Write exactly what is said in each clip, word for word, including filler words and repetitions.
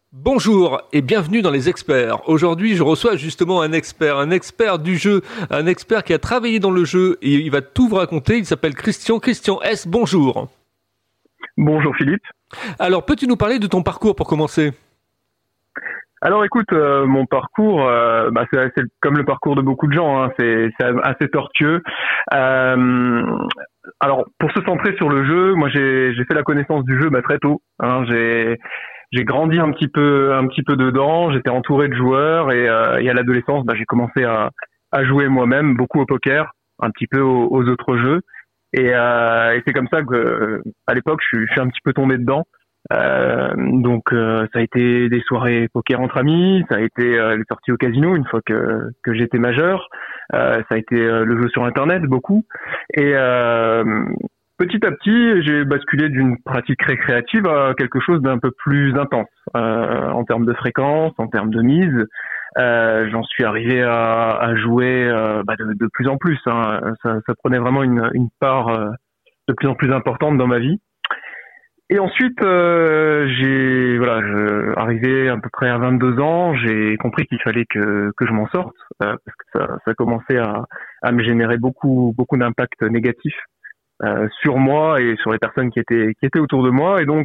Bonjour et bienvenue dans les experts. Aujourd'hui, je reçois justement un expert, un expert du jeu, un expert qui a travaillé dans le jeu et il va tout vous raconter. Il s'appelle Christian. Christian S, bonjour. Bonjour Philippe. Alors, peux-tu nous parler de ton parcours pour commencer ? Alors écoute, euh, mon parcours, euh, bah, c'est, c'est comme le parcours de beaucoup de gens, hein, c'est, c'est assez tortueux. Euh, alors pour se centrer sur le jeu, moi j'ai, j'ai fait la connaissance du jeu bah, très tôt. Hein, j'ai J'ai grandi un petit peu, un petit peu dedans. J'étais entouré de joueurs et, euh, et à l'adolescence, bah, j'ai commencé à, à jouer moi-même, beaucoup au poker, un petit peu aux, aux autres jeux. Et, euh, et c'est comme ça que, euh, à l'époque, je suis, je suis un petit peu tombé dedans. Euh, donc, euh, ça a été des soirées poker entre amis, ça a été euh, les sorties au casino une fois que que j'étais majeur. Euh, ça a été euh, le jeu sur Internet beaucoup. Et euh, petit à petit, j'ai basculé d'une pratique récréative à quelque chose d'un peu plus intense euh, en termes de fréquence, en termes de mise. Euh, j'en suis arrivé à, à jouer euh, bah de, de plus en plus. Hein. Ça, ça prenait vraiment une, une part euh, de plus en plus importante dans ma vie. Et ensuite, euh, j'ai voilà, je, arrivé à peu près à vingt-deux ans, j'ai compris qu'il fallait que que je m'en sorte euh, parce que ça, ça commençait à, à me générer beaucoup beaucoup d'impacts négatifs. Euh, sur moi et sur les personnes qui étaient qui étaient autour de moi, et donc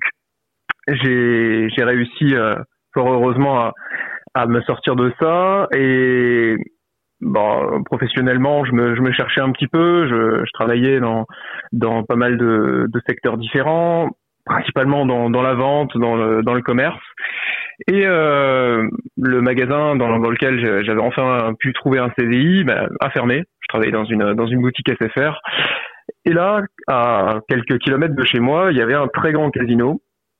j'ai j'ai réussi euh, fort heureusement à à me sortir de ça. Et bon, professionnellement je me je me cherchais un petit peu, je je travaillais dans dans pas mal de de secteurs différents, principalement dans dans la vente, dans le dans le commerce. Et euh, le magasin dans, dans lequel j'avais enfin pu trouver un C D I bah, a fermé. Je travaillais dans une dans une boutique S F R. Et là, à quelques kilomètres de chez moi, il y avait un très grand casino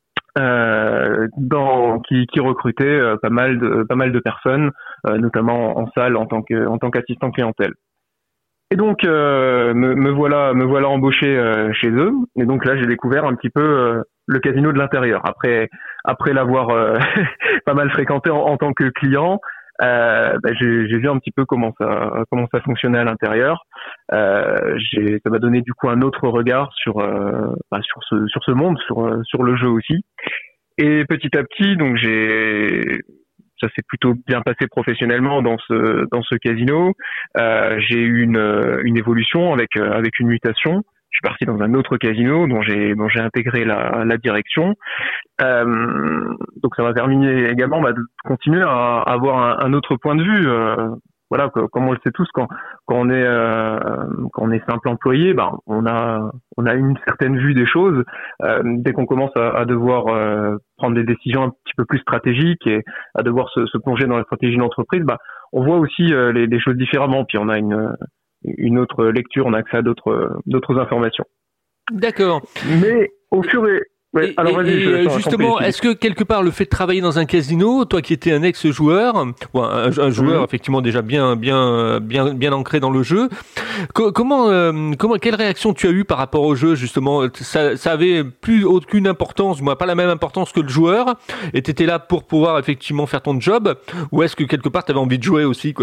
euh, dans, qui, qui recrutait euh, pas mal de pas mal de personnes, euh, notamment en salle en tant que en tant qu'assistant clientèle. Et donc euh, me, me voilà me voilà embauché euh, chez eux. Et donc là, j'ai découvert un petit peu euh, le casino de l'intérieur. Après après l'avoir euh, pas mal fréquenté en, en tant que client. Euh, bah, j'ai, j'ai vu un petit peu comment ça comment ça fonctionnait à l'intérieur. Euh, j'ai, ça m'a donné du coup un autre regard sur euh, bah, sur ce sur ce monde, sur sur le jeu aussi. Et petit à petit, donc j'ai ça s'est plutôt bien passé professionnellement dans ce dans ce casino. Euh, j'ai eu une une évolution avec avec une mutation. Je suis parti dans un autre casino dont j'ai dont j'ai intégré la, la direction. Euh, donc ça m'a permis également bah, de continuer à, à avoir un, un autre point de vue. Euh, voilà, comme on le sait tous, quand quand on est euh, quand on est simple employé, bah, on a on a une certaine vue des choses. Euh, dès qu'on commence à, à devoir euh, prendre des décisions un petit peu plus stratégiques et à devoir se, se plonger dans la stratégie d'entreprise, bah, on voit aussi euh, les, les choses différemment. Puis on a une une autre lecture, on a accès à d'autres d'autres informations. D'accord. Mais au fur et Ouais, et, alors vas-y, et je, je justement, est-ce que quelque part le fait de travailler dans un casino, toi qui étais un ex-joueur, ou un, un joueur mmh. effectivement déjà bien, bien, bien, bien ancré dans le jeu, co- comment, euh, comment, quelle réaction tu as eu par rapport au jeu justement ? Ça, ça avait plus aucune importance, moi pas la même importance que le joueur, et t'étais là pour pouvoir effectivement faire ton job, ou est-ce que quelque part t'avais envie de jouer aussi, quoi ?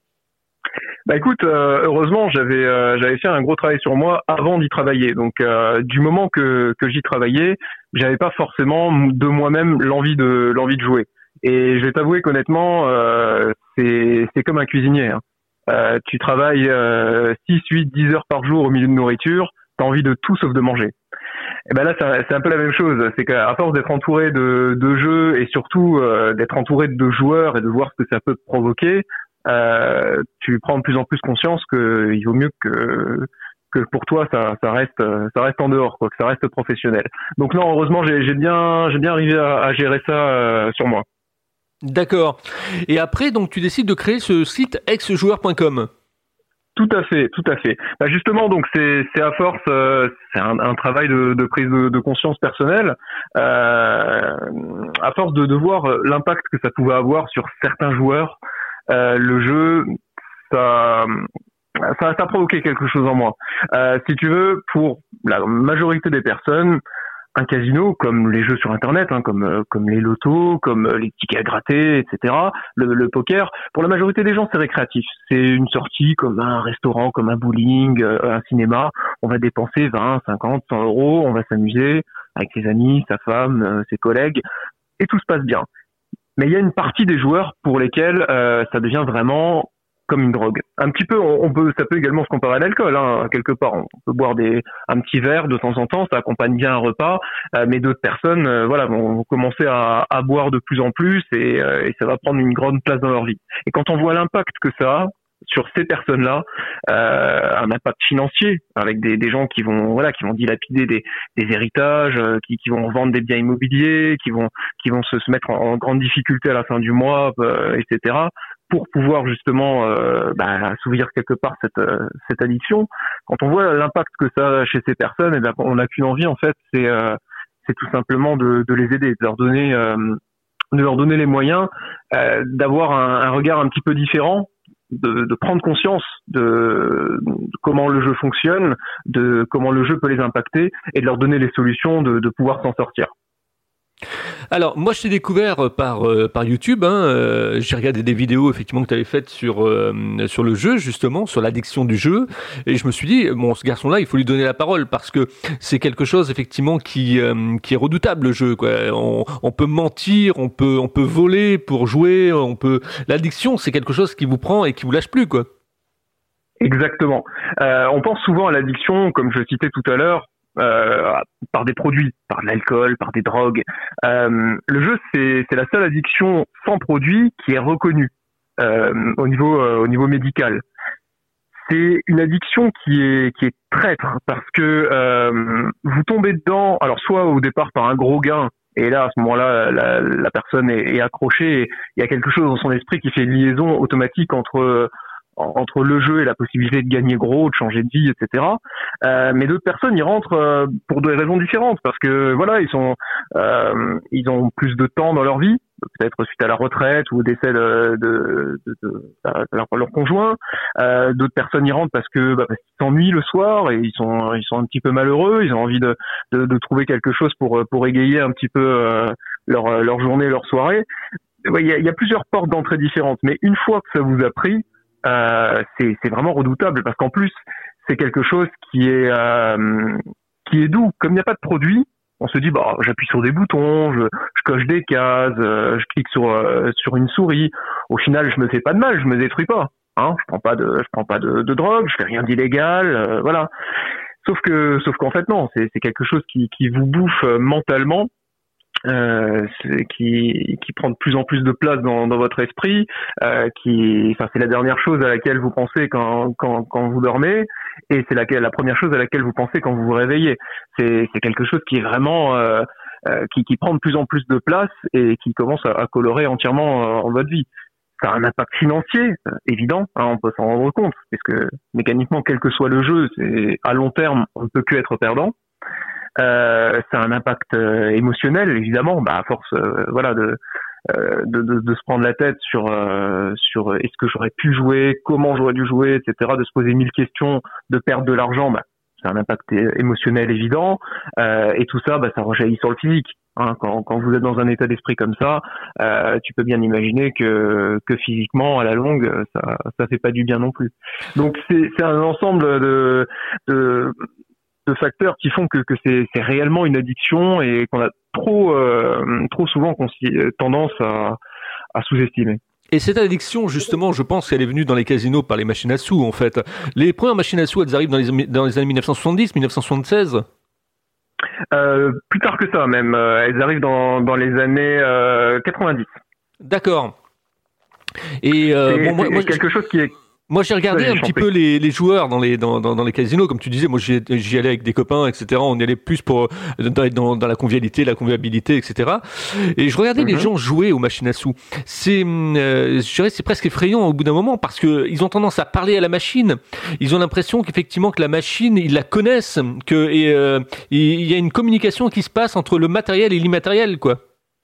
Bah écoute, euh, heureusement j'avais euh, j'avais fait un gros travail sur moi avant d'y travailler. Donc euh, du moment que que j'y travaillais, j'avais pas forcément de moi-même l'envie de l'envie de jouer. Et je vais t'avouer qu'honnêtement, euh, c'est c'est comme un cuisinier. Hein. Euh, tu travailles euh, six, huit, dix heures par jour au milieu de nourriture, t'as envie de tout sauf de manger. Et ben là c'est, c'est un peu la même chose. C'est qu'à force d'être entouré de de jeux et surtout euh, d'être entouré de joueurs et de voir ce que ça peut te provoquer. Euh, tu prends de plus en plus conscience que il vaut mieux que que pour toi ça ça reste ça reste en dehors, quoi, que ça reste professionnel. Donc non, heureusement j'ai j'ai bien j'ai bien arrivé à, à gérer ça euh, sur moi. D'accord. Et après donc tu décides de créer ce site ex joueur point com. Tout à fait, tout à fait. Bah justement, donc c'est c'est à force, euh, c'est un, un travail de, de prise de, de conscience personnelle, euh, à force de, de voir l'impact que ça pouvait avoir sur certains joueurs. Euh, le jeu, ça, ça, ça a provoqué quelque chose en moi. Euh, si tu veux, pour la majorité des personnes, un casino, comme les jeux sur Internet, hein, comme comme les lotos, comme les tickets à gratter, et cetera, le, le poker, pour la majorité des gens, c'est récréatif. C'est une sortie comme un restaurant, comme un bowling, un cinéma. On va dépenser vingt, cinquante, cent euros, on va s'amuser avec ses amis, sa femme, ses collègues, et tout se passe bien. mais il y a une partie des joueurs pour lesquels euh, ça devient vraiment comme une drogue. Un petit peu, on, on peut, ça peut également se comparer à l'alcool, hein, quelque part. On peut boire des, un petit verre de temps en temps, ça accompagne bien un repas, euh, mais d'autres personnes, euh, voilà, vont, vont commencer à, à boire de plus en plus et, euh, et ça va prendre une grande place dans leur vie. Et quand on voit l'impact que ça a sur ces personnes-là, euh, un impact financier avec des, des gens qui vont, voilà, qui vont dilapider des, des héritages, euh, qui, qui vont vendre des biens immobiliers, qui vont, qui vont se, se mettre en, en grande difficulté à la fin du mois, euh, et cetera, pour pouvoir justement euh, bah, assouvir quelque part cette, euh, cette addiction. Quand on voit l'impact que ça a chez ces personnes, et ben, on n'a qu'une envie en fait, c'est, euh, c'est tout simplement de, de les aider, de leur donner, euh, de leur donner les moyens euh, d'avoir un, un regard un petit peu différent. De, de prendre conscience de, de comment le jeu fonctionne, de comment le jeu peut les impacter et de leur donner les solutions de, de pouvoir s'en sortir. Alors, moi, je t'ai découvert par euh, par YouTube. Hein, euh, j'ai regardé des vidéos effectivement que tu avais faites sur euh, sur le jeu, justement, sur l'addiction du jeu, et je me suis dit, bon, ce garçon-là, il faut lui donner la parole parce que c'est quelque chose effectivement qui euh, qui est redoutable, le jeu. Quoi. On, on peut mentir, on peut on peut voler pour jouer, on peut. L'addiction, c'est quelque chose qui vous prend et qui vous lâche plus, quoi. Exactement. Euh, on pense souvent à l'addiction, comme je citais tout à l'heure. Euh, par des produits, par de l'alcool, par des drogues. Euh, le jeu, c'est, c'est la seule addiction sans produit qui est reconnue euh, au niveau euh, au niveau médical. C'est une addiction qui est qui est traître parce que euh, vous tombez dedans. Alors soit au départ par un gros gain. Et là, à ce moment-là, la, la personne est, est accrochée. Et il y a quelque chose dans son esprit qui fait une liaison automatique entre entre le jeu et la possibilité de gagner gros, de changer de vie, et cetera. Euh, mais d'autres personnes y rentrent euh, pour des raisons différentes, parce que voilà, ils sont, euh, ils ont plus de temps dans leur vie, peut-être suite à la retraite ou au décès de, de, de, de, de leur, leur conjoint. Euh, d'autres personnes y rentrent parce que bah, parce qu'ils s'ennuient le soir et ils sont, ils sont un petit peu malheureux. Ils ont envie de, de, de trouver quelque chose pour pour égayer un petit peu euh, leur leur journée, leur soirée. Il ouais, y, a, y a plusieurs portes d'entrée différentes, mais une fois que ça vous a pris, Euh, c'est, c'est vraiment redoutable parce qu'en plus c'est quelque chose qui est euh, qui est doux. Comme il n'y a pas de produit, on se dit bah j'appuie sur des boutons, je, je coche des cases, euh, je clique sur euh, sur une souris. Au final, je me fais pas de mal, je me détruis pas. Hein, je prends pas de je prends pas de, de drogue, je fais rien d'illégal, euh, voilà. Sauf que sauf qu'en fait non, c'est c'est quelque chose qui qui vous bouffe mentalement. Euh, c'est, qui, qui prend de plus en plus de place dans, dans votre esprit, euh, qui, enfin, c'est la dernière chose à laquelle vous pensez quand, quand, quand vous dormez, et c'est la, la première chose à laquelle vous pensez quand vous vous réveillez. C'est, c'est quelque chose qui est vraiment, euh, euh, qui, qui prend de plus en plus de place et qui commence à, à colorer entièrement euh, votre vie. Ça a un impact financier, euh, évident, hein, on peut s'en rendre compte, parce que mécaniquement, quel que soit le jeu, c'est, à long terme, on ne peut que être perdant. Euh, ça a un impact euh, émotionnel, évidemment, bah à force euh, voilà de, euh, de de de se prendre la tête sur euh, sur est-ce que j'aurais pu jouer, comment j'aurais dû jouer, et cetera, de se poser mille questions, de perdre de l'argent, bah c'est un impact émotionnel évident, euh, et tout ça, bah ça rejaillit sur le physique. Hein, quand quand vous êtes dans un état d'esprit comme ça, euh, tu peux bien imaginer que que physiquement à la longue, ça ça fait pas du bien non plus. Donc c'est c'est un ensemble de de de facteurs qui font que, que c'est, c'est réellement une addiction et qu'on a trop, euh, trop souvent tendance à, à sous-estimer. Et cette addiction, justement, je pense qu'elle est venue dans les casinos par les machines à sous, en fait. Les premières machines à sous, elles arrivent dans les, dans les années dix-neuf cent soixante-dix, dix-neuf cent soixante-seize euh, Plus tard que ça, même. Elles arrivent dans, dans les années euh, quatre-vingt-dix. D'accord. Et euh, c'est, bon, moi, c'est moi, quelque chose qui est... Moi, j'ai regardé ouais, un petit peu les, les joueurs dans les dans, dans, dans les casinos, comme tu disais. Moi, j'y, j'y allais avec des copains, et cetera. On y allait plus pour dans, dans, dans la convivialité, la convivialité, et cetera. Et je regardais mm-hmm. les gens jouer aux machines à sous. C'est, euh, je dirais, c'est presque effrayant au bout d'un moment parce que ils ont tendance à parler à la machine. Ils ont l'impression qu'effectivement que la machine, ils la connaissent, que et euh, il y a une communication qui se passe entre le matériel et l'immatériel, quoi.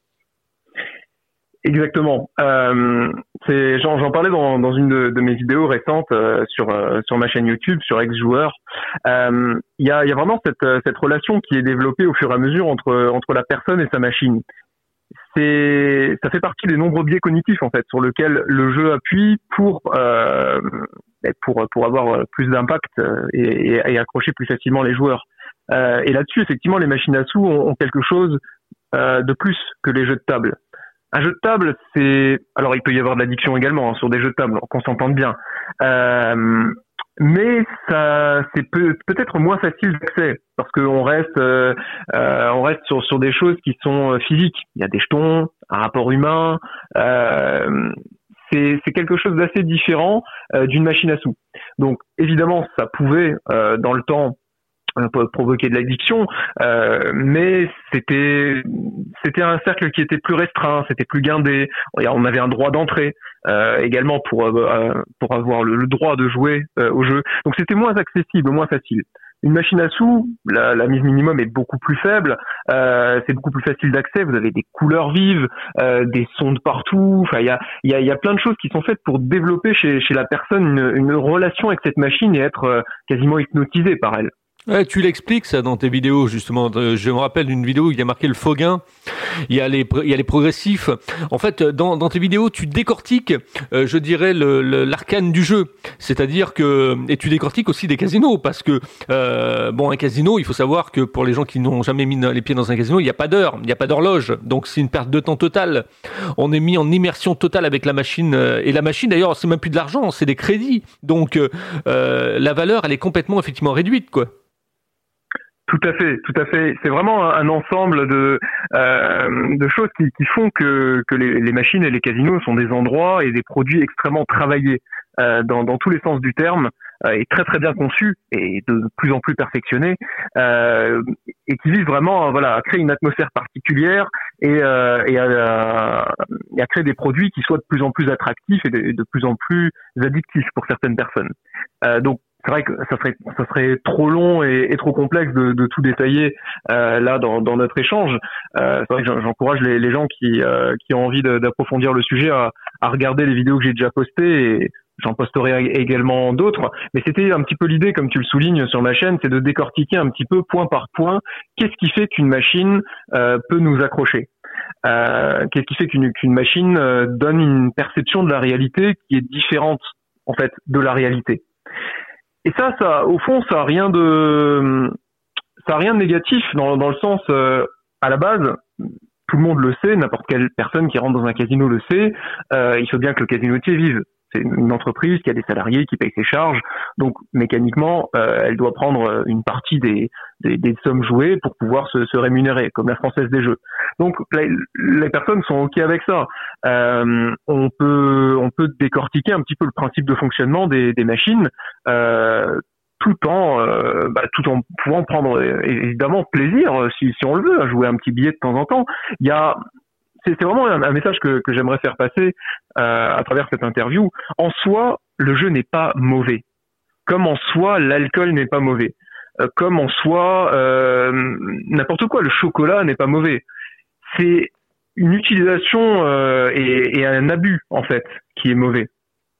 Exactement. Euh, c'est, j'en, j'en parlais dans, dans une de, de mes vidéos récentes euh, sur euh, sur ma chaîne YouTube, sur Ex-Joueur. Il euh, y a, y a vraiment cette cette relation qui est développée au fur et à mesure entre entre la personne et sa machine. C'est, ça fait partie des nombreux biais cognitifs en fait sur lesquels le jeu appuie pour euh, pour pour avoir plus d'impact et, et, et accrocher plus facilement les joueurs. Euh, et là-dessus, effectivement, les machines à sous ont, ont quelque chose euh, de plus que les jeux de table. Un jeu de table, c'est alors il peut y avoir de l'addiction également hein, sur des jeux de table, qu'on s'entende bien. Euh, mais ça, c'est peut, peut-être moins facile d'accès parce qu'on reste, euh, euh, on reste sur sur des choses qui sont physiques. Il y a des jetons, un rapport humain. Euh, c'est c'est quelque chose d'assez différent euh, d'une machine à sous. Donc évidemment, ça pouvait euh, dans le temps peut provoquer de l'addiction, euh, mais c'était c'était un cercle qui était plus restreint, c'était plus guindé. On avait un droit d'entrée euh, également pour euh, pour avoir le, le droit de jouer euh, au jeu. Donc c'était moins accessible, moins facile. Une machine à sous, la, la mise minimum est beaucoup plus faible, euh, c'est beaucoup plus facile d'accès. Vous avez des couleurs vives, euh, des sons de partout. Enfin, il y a il y a il y a plein de choses qui sont faites pour développer chez chez la personne une, une relation avec cette machine et être euh, quasiment hypnotisé par elle. Ouais, tu l'expliques ça dans tes vidéos justement. Je me rappelle d'une vidéo où il y a marqué le Foguin. Il y a les il y a les progressifs. En fait, dans dans tes vidéos, tu décortiques, euh, je dirais le, le l'arcane du jeu. C'est-à-dire que et tu décortiques aussi des casinos parce que euh, bon un casino, il faut savoir que pour les gens qui n'ont jamais mis les pieds dans un casino, il n'y a pas d'heure, il n'y a pas d'horloge. Donc c'est une perte de temps totale. On est mis en immersion totale avec la machine et la machine d'ailleurs, c'est même plus de l'argent, c'est des crédits. Donc euh, la valeur, elle est complètement effectivement réduite quoi. Tout à fait, tout à fait. C'est vraiment un ensemble de euh, de choses qui, qui font que que les, les machines et les casinos sont des endroits et des produits extrêmement travaillés euh, dans dans tous les sens du terme euh, et très très bien conçus et de plus en plus perfectionnés euh, et qui visent vraiment voilà à créer une atmosphère particulière et euh, et, à, et à créer des produits qui soient de plus en plus attractifs et de, de plus en plus addictifs pour certaines personnes. Euh, donc c'est vrai que ça serait ça serait trop long et, et trop complexe de, de tout détailler euh, là dans, dans notre échange. Euh, c'est vrai que j'encourage les, les gens qui euh, qui ont envie de, d'approfondir le sujet à, à regarder les vidéos que j'ai déjà postées et j'en posterai également d'autres. Mais c'était un petit peu l'idée, comme tu le soulignes sur ma chaîne, c'est de décortiquer un petit peu point par point qu'est-ce qui fait qu'une machine euh, peut nous accrocher. Euh, qu'est-ce qui fait qu'une, qu'une machine euh, donne une perception de la réalité qui est différente en fait de la réalité. Et ça, ça, au fond, ça a rien de, ça a rien de négatif dans, dans le sens, euh, à la base, tout le monde le sait, n'importe quelle personne qui rentre dans un casino le sait. Euh, il faut bien que le casinotier vive. C'est une entreprise qui a des salariés qui payent ses charges, donc mécaniquement, euh, elle doit prendre une partie des, des, des sommes jouées pour pouvoir se, se rémunérer, comme la Française des Jeux. Donc les, les personnes sont ok avec ça. Euh, on peut on peut décortiquer un petit peu le principe de fonctionnement des, des machines, euh, tout en euh, bah, tout en pouvant prendre évidemment plaisir si si on le veut à jouer un petit billet de temps en temps. Il y a C'est vraiment un, un message que, que j'aimerais faire passer euh, à travers cette interview. En soi, le jeu n'est pas mauvais. Comme en soi, l'alcool n'est pas mauvais. Euh, comme en soi, euh, n'importe quoi, le chocolat n'est pas mauvais. C'est une utilisation euh, et, et un abus, en fait, qui est mauvais.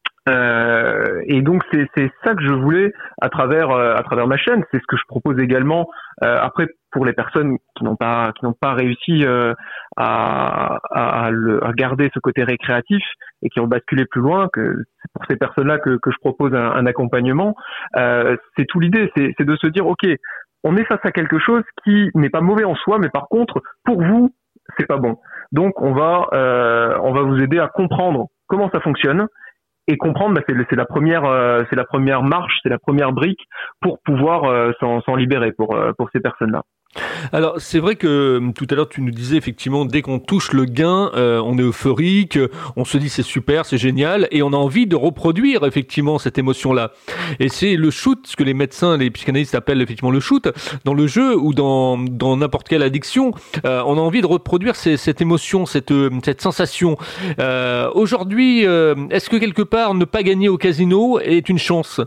Euh, et donc c'est c'est ça que je voulais à travers euh, à travers ma chaîne, c'est ce que je propose également euh, après pour les personnes qui n'ont pas qui n'ont pas réussi euh, à à, le, à garder ce côté récréatif et qui ont basculé plus loin, que c'est pour ces personnes-là que que je propose un, un accompagnement. Euh, c'est tout l'idée, c'est c'est de se dire ok, on est face à quelque chose qui n'est pas mauvais en soi, mais par contre pour vous c'est pas bon. Donc on va euh, on va vous aider à comprendre comment ça fonctionne. Et comprendre, bah, c'est, c'est la première, euh, c'est la première marche, c'est la première brique pour pouvoir euh, s'en, s'en libérer pour euh, pour ces personnes-là. Alors c'est vrai que tout à l'heure tu nous disais effectivement dès qu'on touche le gain, euh, on est euphorique, on se dit c'est super, c'est génial et on a envie de reproduire effectivement cette émotion-là. Et c'est le shoot, ce que les médecins, les psychanalystes appellent effectivement le shoot, dans le jeu ou dans dans n'importe quelle addiction, euh, on a envie de reproduire ces, cette émotion, cette cette sensation. Euh, aujourd'hui, euh, est-ce que quelque part ne pas gagner au casino est une chance?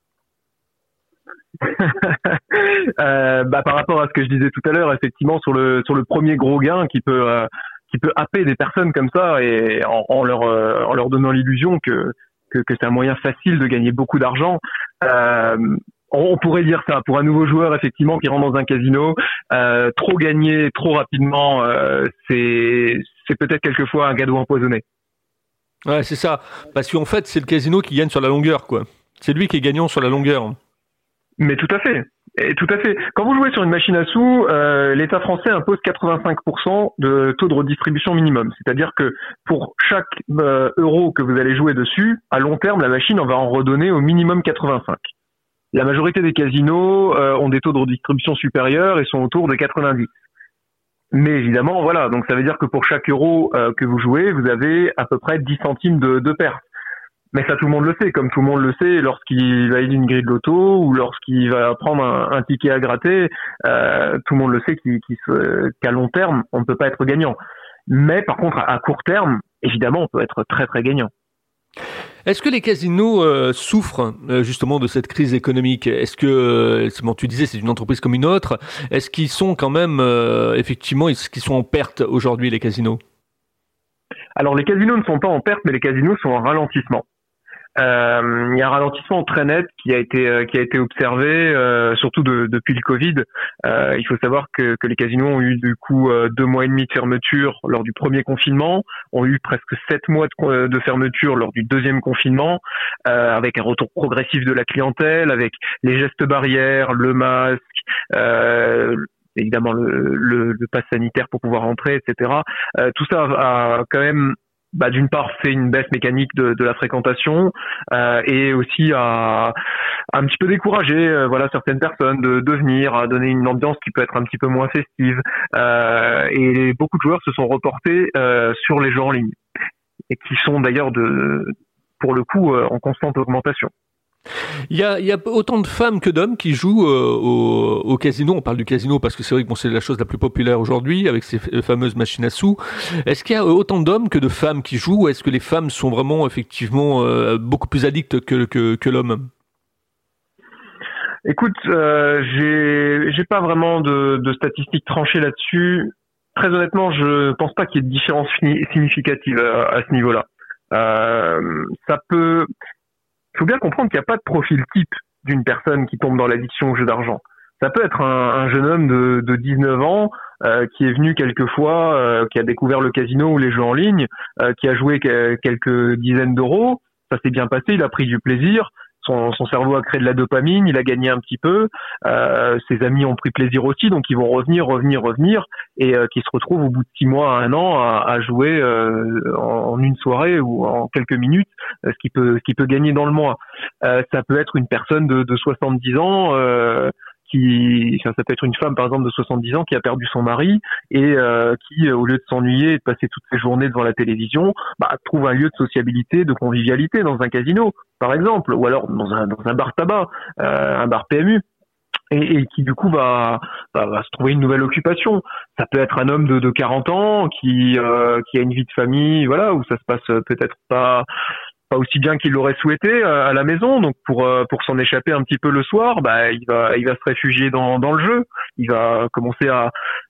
euh, bah, par rapport à ce que je disais tout à l'heure, effectivement, sur le sur le premier gros gain qui peut euh, qui peut happer des personnes comme ça et en, en leur euh, en leur donnant l'illusion que, que que c'est un moyen facile de gagner beaucoup d'argent. Euh, on pourrait dire ça pour un nouveau joueur effectivement qui rentre dans un casino, euh, trop gagner trop rapidement, euh, c'est c'est peut-être quelquefois un gâteau empoisonné. Ouais, c'est ça, parce qu'en fait c'est le casino qui gagne sur la longueur, quoi. C'est lui qui est gagnant sur la longueur. Mais tout à fait. Et tout à fait. Quand vous jouez sur une machine à sous, euh, l'État français impose quatre-vingt-cinq pour cent de taux de redistribution minimum. C'est-à-dire que pour chaque euh, euro que vous allez jouer dessus, à long terme, la machine en va en redonner au minimum quatre-vingt-cinq. La majorité des casinos euh, ont des taux de redistribution supérieurs et sont autour de quatre-vingt-dix. Mais évidemment, voilà. Donc ça veut dire que pour chaque euro euh, que vous jouez, vous avez à peu près dix centimes de, de perte. Mais ça, tout le monde le sait, comme tout le monde le sait lorsqu'il valide une grille de loto ou lorsqu'il va prendre un, un ticket à gratter, euh, tout le monde le sait qu'il, qu'il se, qu'à long terme, on ne peut pas être gagnant. Mais par contre, à court terme, évidemment, on peut être très très gagnant. Est-ce que les casinos euh, souffrent euh, justement de cette crise économique ? Est-ce que, euh, bon, tu disais c'est une entreprise comme une autre, est-ce qu'ils sont quand même, euh, effectivement, est-ce qu'ils sont en perte aujourd'hui, les casinos ? Alors les casinos ne sont pas en perte, mais les casinos sont en ralentissement. Euh, il y a un ralentissement très net qui a été euh, qui a été observé, euh, surtout de, depuis le Covid. Euh, il faut savoir que, que les casinos ont eu du coup euh, deux mois et demi de fermeture lors du premier confinement, ont eu presque sept mois de, de fermeture lors du deuxième confinement, euh, avec un retour progressif de la clientèle, avec les gestes barrières, le masque, euh, évidemment le, le, le pass sanitaire pour pouvoir entrer, et cetera. Euh, tout ça a, a quand même Bah, d'une part fait une baisse mécanique de, de la fréquentation euh, et aussi à, à un petit peu décourager euh, voilà certaines personnes de, de venir, à donner une ambiance qui peut être un petit peu moins festive euh, et beaucoup de joueurs se sont reportés euh, sur les jeux en ligne et qui sont d'ailleurs de pour le coup euh, en constante augmentation. Il y a, il y a autant de femmes que d'hommes qui jouent euh, au, au casino. On parle du casino parce que c'est vrai que bon, c'est la chose la plus populaire aujourd'hui avec ces fameuses machines à sous. Est-ce qu'il y a autant d'hommes que de femmes qui jouent ou est-ce que les femmes sont vraiment effectivement euh, beaucoup plus addictes que, que, que l'homme ? Écoute, euh, j'ai, j'ai pas vraiment de, de statistiques tranchées là-dessus. Très honnêtement, je pense pas qu'il y ait de différence significative à, à ce niveau-là. Euh, ça peut... Il faut bien comprendre qu'il n'y a pas de profil type d'une personne qui tombe dans l'addiction au jeu d'argent. Ça peut être un, un jeune homme de, de dix-neuf ans euh, qui est venu quelquefois, euh, qui a découvert le casino ou les jeux en ligne, euh, qui a joué que, quelques dizaines d'euros. Ça s'est bien passé, il a pris du plaisir. Son, son cerveau a créé de la dopamine, il a gagné un petit peu. Euh, ses amis ont pris plaisir aussi, donc ils vont revenir, revenir, revenir, et euh, qui se retrouvent au bout de six mois à un an à, à jouer euh, en, en une soirée ou en quelques minutes, euh, ce qui peut, ce qui peut gagner dans le mois. Euh, ça peut être une personne de, de soixante-dix ans. Euh, qui, enfin, ça peut être une femme par exemple de soixante-dix ans qui a perdu son mari et euh, qui, au lieu de s'ennuyer et de passer toutes ses journées devant la télévision, bah, trouve un lieu de sociabilité, de convivialité dans un casino, par exemple, ou alors dans un, dans un bar tabac, euh, un bar P M U. Et, et qui du coup va, va, va se trouver une nouvelle occupation. Ça peut être un homme de, de quarante ans qui, euh, qui a une vie de famille, voilà, où ça se passe peut-être pas pas aussi bien qu'il l'aurait souhaité à la maison, donc pour pour s'en échapper un petit peu le soir, bah il va il va se réfugier dans dans le jeu, il va commencer à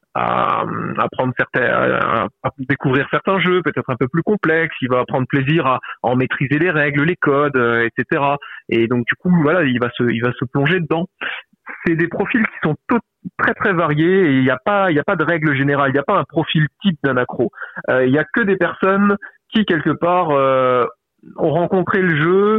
à, à prendre certains à, à découvrir certains jeux peut-être un peu plus complexes, il va prendre plaisir à, à en maîtriser les règles, les codes, euh, et cetera. Et donc du coup voilà, il va se il va se plonger dedans. C'est des profils qui sont tout, très très variés et il n'y a pas il y a pas de règle générale, il n'y a pas un profil type d'un accro. Euh, il y a que des personnes qui quelque part euh, ont rencontré le jeu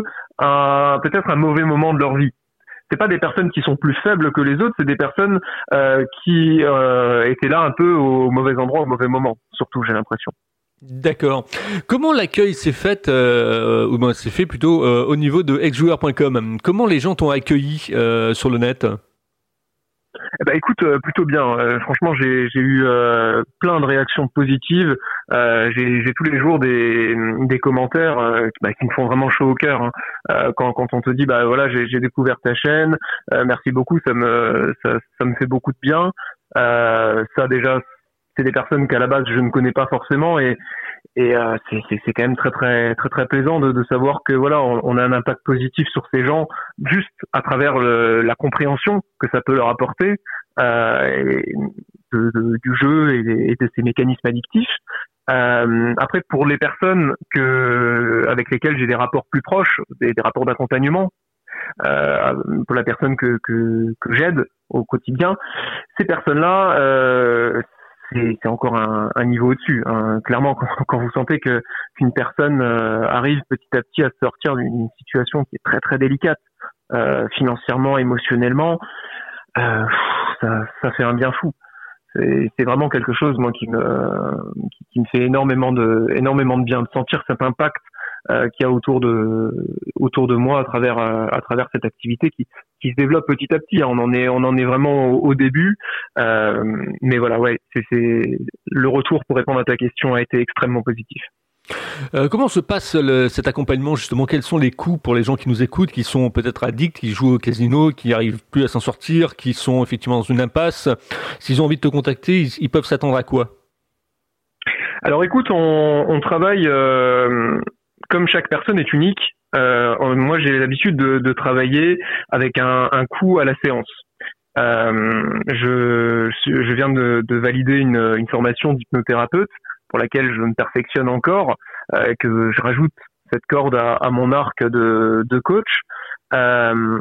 à peut-être un mauvais moment de leur vie. C'est pas des personnes qui sont plus faibles que les autres, c'est des personnes euh, qui euh, étaient là un peu au mauvais endroit au mauvais moment, surtout j'ai l'impression. D'accord. Comment l'accueil s'est fait, euh, ou ben s'est fait plutôt euh, au niveau de ex joueur point com ? Comment les gens t'ont accueilli euh, sur le net ? Eh ben, écoute, euh, plutôt bien. Euh, franchement, j'ai, j'ai eu euh, plein de réactions positives. Euh, j'ai, j'ai tous les jours des, des commentaires euh, bah, qui me font vraiment chaud au cœur. Hein. Euh, quand, quand on te dit, bah voilà, j'ai, j'ai découvert ta chaîne, euh, merci beaucoup, ça me, ça, ça me fait beaucoup de bien. Euh, ça déjà, c'est des personnes qu'à la base je ne connais pas forcément et et euh, c'est, c'est c'est quand même très très très très plaisant de, de savoir que voilà on, on a un impact positif sur ces gens juste à travers le, la compréhension que ça peut leur apporter euh, et de, de, du jeu et, et de ses mécanismes addictifs. Euh, après pour les personnes que avec lesquelles j'ai des rapports plus proches, des, des rapports d'accompagnement. Euh, pour la personne que que que j'aide au quotidien, ces personnes-là euh, c'est, c'est encore un, un niveau au-dessus. Hein. Clairement, quand, quand vous sentez que qu'une personne euh, arrive petit à petit à sortir d'une situation qui est très très délicate, euh, financièrement, émotionnellement, euh, ça, ça fait un bien fou. C'est, c'est vraiment quelque chose, moi, qui me, qui, qui me fait énormément de, énormément de bien, de sentir cet impact euh, qu'il y a autour de, autour de moi à travers, euh, à travers cette activité qui, qui se développe petit à petit. On en est, on en est vraiment au, au début, euh, mais voilà, ouais, c'est, c'est le retour pour répondre à ta question a été extrêmement positif. Euh, comment se passe le, cet accompagnement justement? Quels sont les coûts pour les gens qui nous écoutent, qui sont peut-être addicts, qui jouent au casino, qui n'arrivent plus à s'en sortir, qui sont effectivement dans une impasse? S'ils ont envie de te contacter, ils, ils peuvent s'attendre à quoi? Alors écoute, on, on travaille, euh, comme chaque personne est unique, euh, moi j'ai l'habitude de, de travailler avec un, un coût à la séance. Euh, je, je viens de, de valider une, une formation d'hypnothérapeute pour laquelle je me perfectionne encore, euh, que je rajoute cette corde à, à mon arc de, de coach. Euh,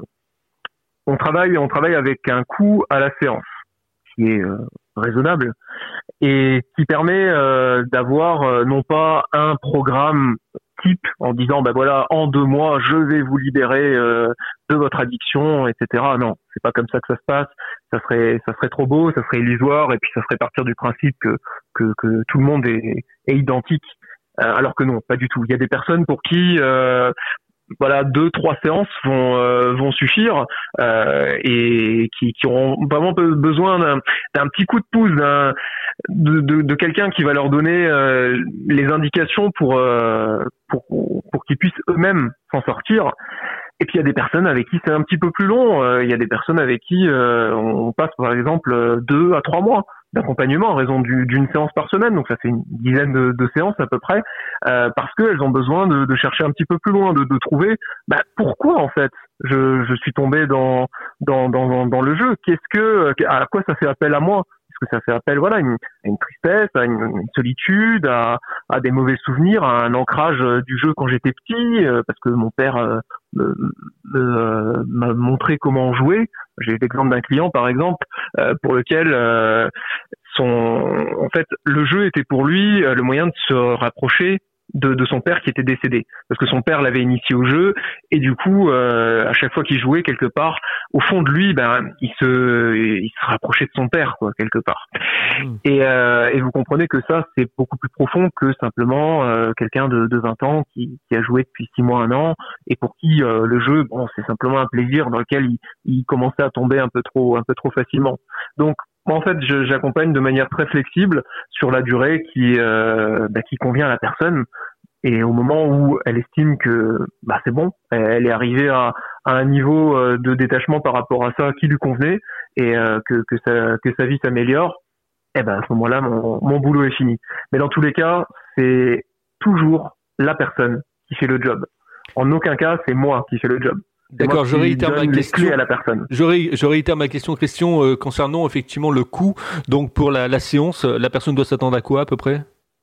on travaille, on travaille avec un coût à la séance qui est euh, raisonnable et qui permet euh, d'avoir euh, non pas un programme type en disant ben voilà, en deux mois je vais vous libérer euh, de votre addiction, et cetera. Non, c'est pas comme ça que ça se passe. Ça serait, ça serait trop beau, ça serait illusoire, et puis ça serait partir du principe que que, que tout le monde est, est identique, euh, alors que non, pas du tout. Il y a des personnes pour qui euh, voilà, deux, trois séances vont euh, vont suffire euh, et qui, qui auront vraiment besoin d'un, d'un petit coup de pouce, d'un, de, de, de quelqu'un qui va leur donner euh, les indications pour euh, pour pour qu'ils puissent eux-mêmes s'en sortir. Et puis il y a des personnes avec qui c'est un petit peu plus long. Euh, il y a des personnes avec qui euh, on passe par exemple deux à trois mois d'accompagnement en raison du, d'une séance par semaine, donc ça fait une dizaine de, de séances à peu près, euh, parce qu'elles ont besoin de, de chercher un petit peu plus loin, de, de trouver bah, pourquoi en fait je, je suis tombé dans, dans, dans, dans le jeu, qu'est-ce que, à quoi ça fait appel à moi, est-ce que ça fait appel voilà, à une, à une tristesse, à une, une solitude, à, à des mauvais souvenirs, à un ancrage du jeu quand j'étais petit, euh, parce que mon père euh, me, me, m'a montré comment jouer. J'ai l'exemple d'un client par exemple euh, pour lequel euh, son, en fait, le jeu était pour lui euh, le moyen de se rapprocher de, de son père qui était décédé, parce que son père l'avait initié au jeu et du coup, euh, à chaque fois qu'il jouait quelque part, au fond de lui, ben, il se, il se rapprochait de son père, quoi, quelque part. Mmh. Et, euh, et vous comprenez que ça, c'est beaucoup plus profond que simplement euh, quelqu'un de, de vingt ans qui, qui a joué depuis six mois, un an, et pour qui euh, le jeu, bon, c'est simplement un plaisir dans lequel il, il commençait à tomber un peu trop, un peu trop facilement. Donc en fait, je, j'accompagne de manière très flexible sur la durée qui, euh, bah, qui convient à la personne. Et au moment où elle estime que bah, c'est bon, elle est arrivée à, à un niveau de détachement par rapport à ça qui lui convenait et euh, que, que, sa, que sa vie s'améliore, eh ben, à ce moment-là, mon, mon boulot est fini. Mais dans tous les cas, c'est toujours la personne qui fait le job. En aucun cas, c'est moi qui fais le job. D'accord, je réitère ma question. À la personne. Je, ré, je réitère ma question, question euh, concernant effectivement le coût. Donc pour la, la séance, la personne doit s'attendre à quoi à peu près?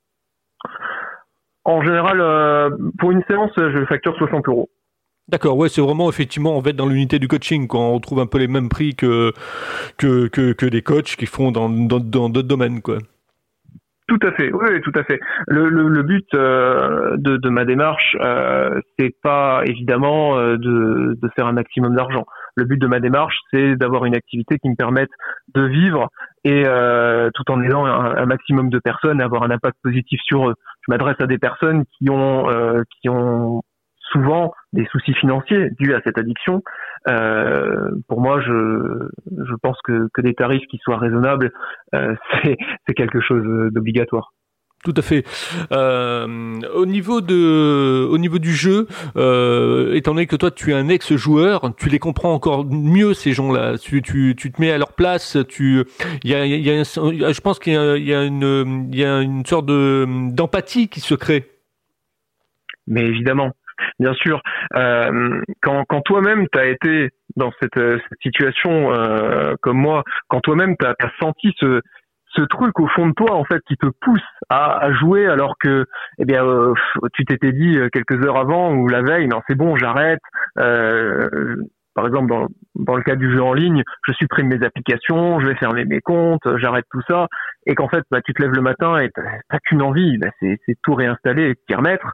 En général, euh, pour une séance, je facture soixante euros. D'accord, ouais, c'est vraiment effectivement, on va être dans l'unité du coaching, quand on retrouve un peu les mêmes prix que que que, que des coachs qui font dans dans dans d'autres domaines, quoi. Tout à fait, oui, tout à fait. Le, le, le but euh, de, de ma démarche, euh, c'est pas évidemment euh, de, de faire un maximum d'argent. Le but de ma démarche, c'est d'avoir une activité qui me permette de vivre et euh, tout en aidant un, un maximum de personnes et avoir un impact positif sur eux. Je m'adresse à des personnes qui ont euh, qui ont souvent des soucis financiers dus à cette addiction. Euh, pour moi, je, je pense que, que des tarifs qui soient raisonnables, euh, c'est, c'est quelque chose d'obligatoire. Tout à fait. Euh, au niveau de, au niveau du jeu, euh, étant donné que toi tu es un ex-joueur, tu les comprends encore mieux ces gens-là. Tu, tu, tu te mets à leur place. Tu, il y a, il y a, je pense qu'il y a, il y a une, il y a une sorte de d'empathie qui se crée. Mais évidemment. Bien sûr, euh, quand, quand toi-même tu as été dans cette, cette situation euh, comme moi, quand toi-même tu as senti ce, ce truc au fond de toi en fait qui te pousse à, à jouer alors que eh bien euh, tu t'étais dit quelques heures avant ou la veille non c'est bon j'arrête. Euh, par exemple dans, dans le cas du jeu en ligne, je supprime mes applications, je vais fermer mes comptes, j'arrête tout ça et qu'en fait bah, tu te lèves le matin et t'as, t'as qu'une envie, bah, c'est, c'est tout réinstaller et t'y remettre.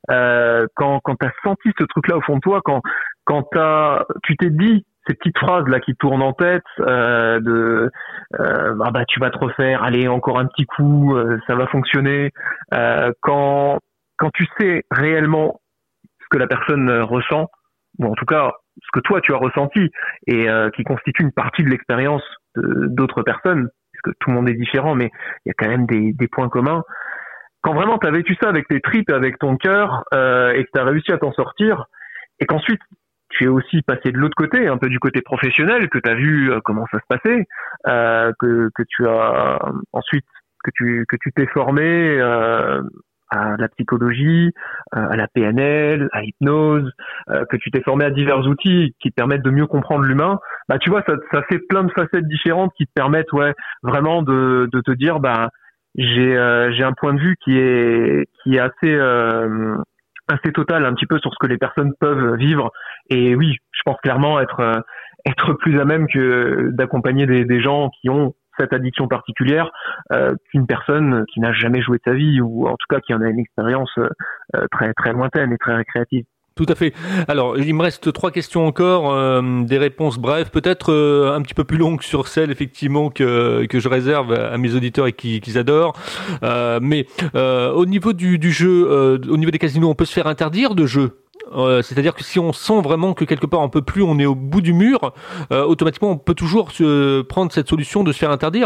euh, quand quand t'as senti ce truc-là au fond de toi, quand quand t'as, tu t'es dit ces petites phrases là qui tournent en tête, euh, de euh, ah bah tu vas te refaire, allez encore un petit coup, euh, ça va fonctionner. Euh, quand quand tu sais réellement ce que la personne euh, ressent, ou en tout cas ce que toi tu as ressenti et euh, qui constitue une partie de l'expérience de, d'autres personnes, parce que tout le monde est différent, mais il y a quand même des, des points communs. Quand vraiment tu as vécu ça avec tes tripes, avec ton cœur, euh, et que tu as réussi à t'en sortir, et qu'ensuite tu es aussi passé de l'autre côté, un peu du côté professionnel, que tu as vu euh, comment ça se passait, euh, que, que tu as ensuite que tu que tu t'es formé euh, à la psychologie, euh, à la P N L, à l'hypnose, euh, que tu t'es formé à divers outils qui te permettent de mieux comprendre l'humain. Bah tu vois, ça ça fait plein de facettes différentes qui te permettent ouais vraiment de de te dire bah j'ai euh, j'ai un point de vue qui est qui est assez euh, assez total un petit peu sur ce que les personnes peuvent vivre. Et oui, je pense clairement être euh, être plus à même que d'accompagner des, des gens qui ont cette addiction particulière euh, qu'une personne qui n'a jamais joué de sa vie, ou en tout cas qui en a une expérience euh, très très lointaine et très récréative. Tout à fait. Alors, il me reste trois questions encore, euh, des réponses brèves, peut-être euh, un petit peu plus longues sur celles effectivement que que je réserve à mes auditeurs et qui qu'ils adorent. Euh, mais euh, au niveau du du jeu, euh, au niveau des casinos, on peut se faire interdire de jeu. Euh, c'est-à-dire que si on sent vraiment que quelque part on peut plus, on est au bout du mur, euh, automatiquement on peut toujours se prendre cette solution de se faire interdire.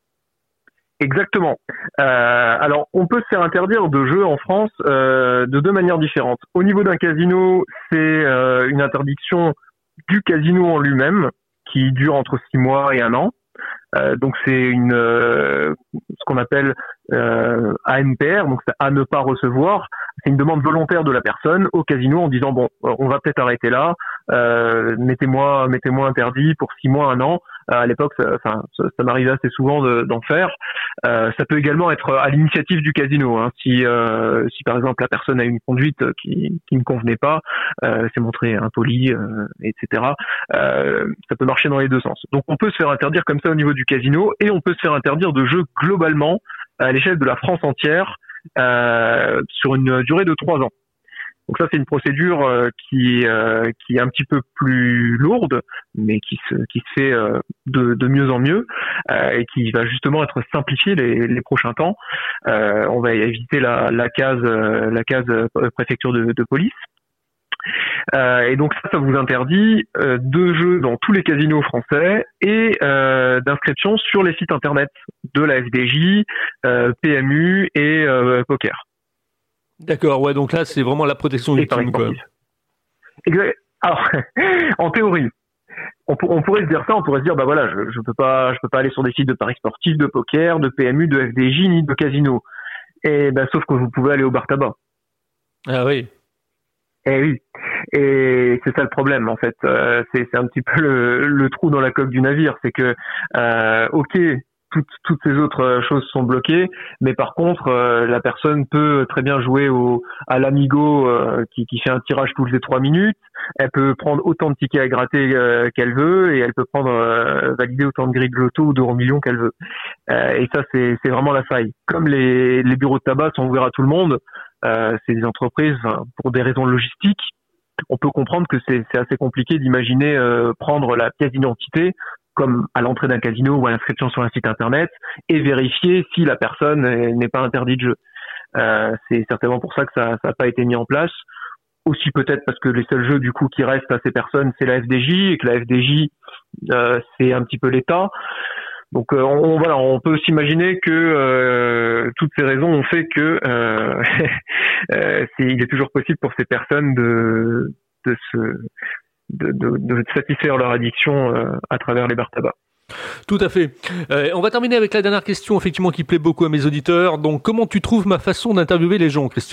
Exactement. Euh, alors, on peut se faire interdire de jeux en France euh, de deux manières différentes. Au niveau d'un casino, c'est euh, une interdiction du casino en lui-même qui dure entre six mois et un an. Euh, donc, c'est une euh, ce qu'on appelle euh, A N P R, donc c'est à ne pas recevoir. C'est une demande volontaire de la personne au casino en disant bon, on va peut-être arrêter là. Euh, mettez-moi, mettez-moi interdit pour six mois, un an. À l'époque, ça, enfin, ça, ça m'arrivait assez souvent de, d'en faire. Euh, ça peut également être à l'initiative du casino. Hein. Si, euh, si par exemple la personne a une conduite qui, qui ne convenait pas, euh, s'est montré impoli, euh, et cetera. Euh, ça peut marcher dans les deux sens. Donc on peut se faire interdire comme ça au niveau du casino, et on peut se faire interdire de jeu globalement à l'échelle de la France entière euh, sur une durée de trois ans. Donc ça, c'est une procédure euh, qui euh, qui est un petit peu plus lourde, mais qui se qui se fait euh, de de mieux en mieux euh, et qui va justement être simplifiée les les prochains temps. Euh, on va éviter la la case euh, la case préfecture de, de police. Euh, et donc ça, ça vous interdit euh, de jeux dans tous les casinos français et euh, d'inscription sur les sites internet de la F D J, euh, P M U et euh, Poker. D'accord, ouais, donc là, c'est vraiment la protection ultime, quoi. Exact. Alors, en théorie, on, pour, on pourrait se dire ça, on pourrait se dire, bah voilà, je, je peux pas, je peux pas aller sur des sites de paris sportifs, de poker, de P M U, de F D J, ni de casino. Et bah, sauf que vous pouvez aller au bar tabac. Ah oui. Eh oui. Et c'est ça le problème, en fait. Euh, c'est, c'est un petit peu le, le trou dans la coque du navire. C'est que, euh, ok, toutes, toutes ces autres choses sont bloquées, mais par contre, euh, la personne peut très bien jouer au, à l'amigo euh, qui, qui fait un tirage tous les trois minutes. Elle peut prendre autant de tickets à gratter euh, qu'elle veut, et elle peut prendre euh, valider autant de grilles de loto ou d'euro millions qu'elle veut. Euh, et ça, c'est, c'est vraiment la faille. Comme les, les bureaux de tabac sont ouverts à tout le monde, euh, c'est des entreprises, enfin, pour des raisons logistiques, on peut comprendre que c'est, c'est assez compliqué d'imaginer euh, prendre la pièce d'identité comme à l'entrée d'un casino ou à l'inscription sur un site internet et vérifier si la personne n'est pas interdite de jeu. Euh, c'est certainement pour ça que ça n'a pas été mis en place. Aussi peut-être parce que les seuls jeux du coup qui restent à ces personnes, c'est la F D J, et que la F D J, euh, c'est un petit peu l'État. Donc euh, on, voilà, on peut s'imaginer que euh, toutes ces raisons ont fait que euh, euh, c'est, il est toujours possible pour ces personnes de de se de, de, de satisfaire leur addiction euh, à travers les bars tabac. Tout à fait. Euh, on va terminer avec la dernière question, effectivement, qui plaît beaucoup à mes auditeurs. Donc, comment tu trouves ma façon d'interviewer les gens, Christian ?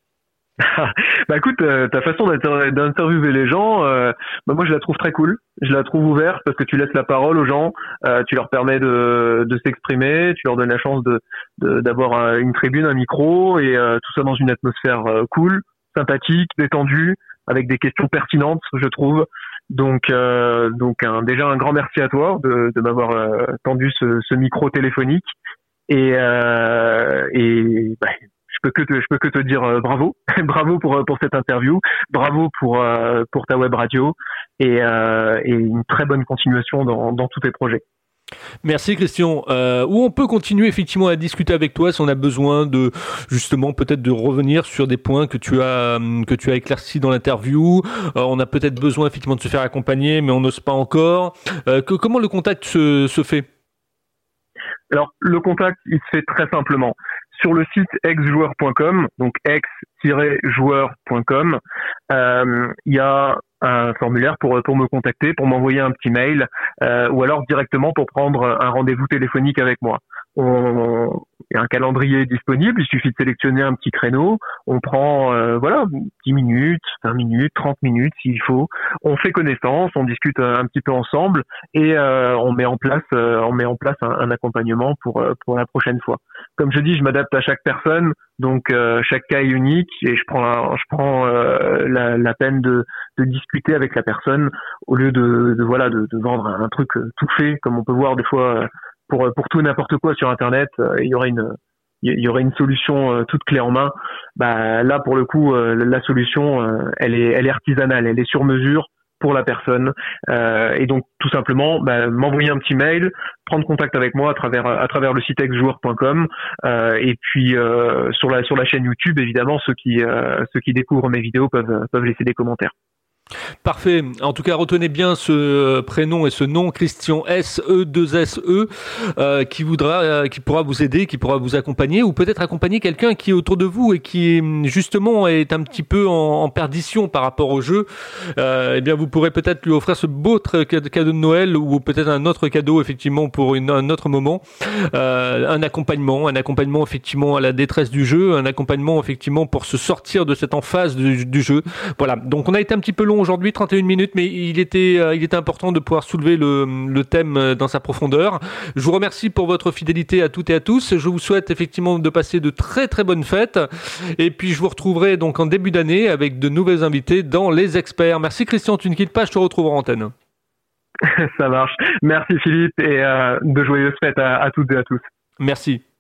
Bah écoute, euh, ta façon d'inter- d'interviewer les gens, euh, bah moi je la trouve très cool. Je la trouve ouverte parce que tu laisses la parole aux gens, euh, tu leur permets de, de s'exprimer, tu leur donnes la chance de, de d'avoir un, une tribune, un micro, et euh, tout ça dans une atmosphère euh, cool, sympathique, détendue, avec des questions pertinentes, je trouve. Donc, euh, donc un, déjà un grand merci à toi de, de m'avoir euh, tendu ce, ce micro téléphonique, et, euh, et bah, je peux que te, je peux que te dire euh, bravo, bravo pour pour cette interview, bravo pour euh, pour ta web radio et euh, et une très bonne continuation dans dans tous tes projets. Merci Christian. Euh, où on peut continuer effectivement à discuter avec toi si on a besoin de justement peut-être de revenir sur des points que tu as que tu as éclaircis dans l'interview. Euh, on a peut-être besoin effectivement de se faire accompagner, mais on n'ose pas encore. Euh, que, comment le contact se, se fait? Alors le contact, il se fait très simplement sur le site ex joueur point com, donc ex tiret joueur point com. Euh, il y a un formulaire pour pour me contacter, pour m'envoyer un petit mail, euh, ou alors directement pour prendre un rendez-vous téléphonique avec moi. On, il y a un calendrier disponible, il suffit de sélectionner un petit créneau, on prend euh, voilà dix minutes, vingt minutes, trente minutes s'il faut, on fait connaissance, on discute un petit peu ensemble et euh, on met en place euh, on met en place un, un accompagnement pour pour la prochaine fois. Comme je dis, je m'adapte à chaque personne, donc euh, chaque cas est unique et je prends la, je prends euh, la, la peine de de discuter avec la personne au lieu de, de voilà de, de vendre un truc tout fait comme on peut voir des fois pour pour tout et n'importe quoi sur internet. Il y aurait une il y aurait une solution toute clé en main. Bah là pour le coup la solution elle est elle est artisanale, elle est sur mesure pour la personne euh, et donc tout simplement bah, m'envoyer un petit mail, prendre contact avec moi à travers à travers le site ex joueur point com euh, et puis euh, sur la sur la chaîne YouTube évidemment ceux qui euh, ceux qui découvrent mes vidéos peuvent peuvent laisser des commentaires. Parfait. En tout cas, retenez bien ce prénom et ce nom, Christian S E deux S E, euh, qui voudra, euh, qui pourra vous aider, qui pourra vous accompagner, ou peut-être accompagner quelqu'un qui est autour de vous et qui justement est un petit peu en, en perdition par rapport au jeu. Euh, eh bien, vous pourrez peut-être lui offrir ce beau cadeau de Noël ou peut-être un autre cadeau effectivement pour une, un autre moment, euh, un accompagnement, un accompagnement effectivement à la détresse du jeu, un accompagnement effectivement pour se sortir de cette emphase du, du jeu. Voilà. Donc, on a été un petit peu long aujourd'hui, trente et une minutes, mais il était, euh, il était important de pouvoir soulever le, le thème dans sa profondeur. Je vous remercie pour votre fidélité à toutes et à tous. Je vous souhaite effectivement de passer de très très bonnes fêtes. Et puis je vous retrouverai donc en début d'année avec de nouveaux invités dans Les Experts. Merci Christian, tu ne quittes pas, je te retrouve en antenne. Ça marche. Merci Philippe et euh, de joyeuses fêtes à, à toutes et à tous. Merci.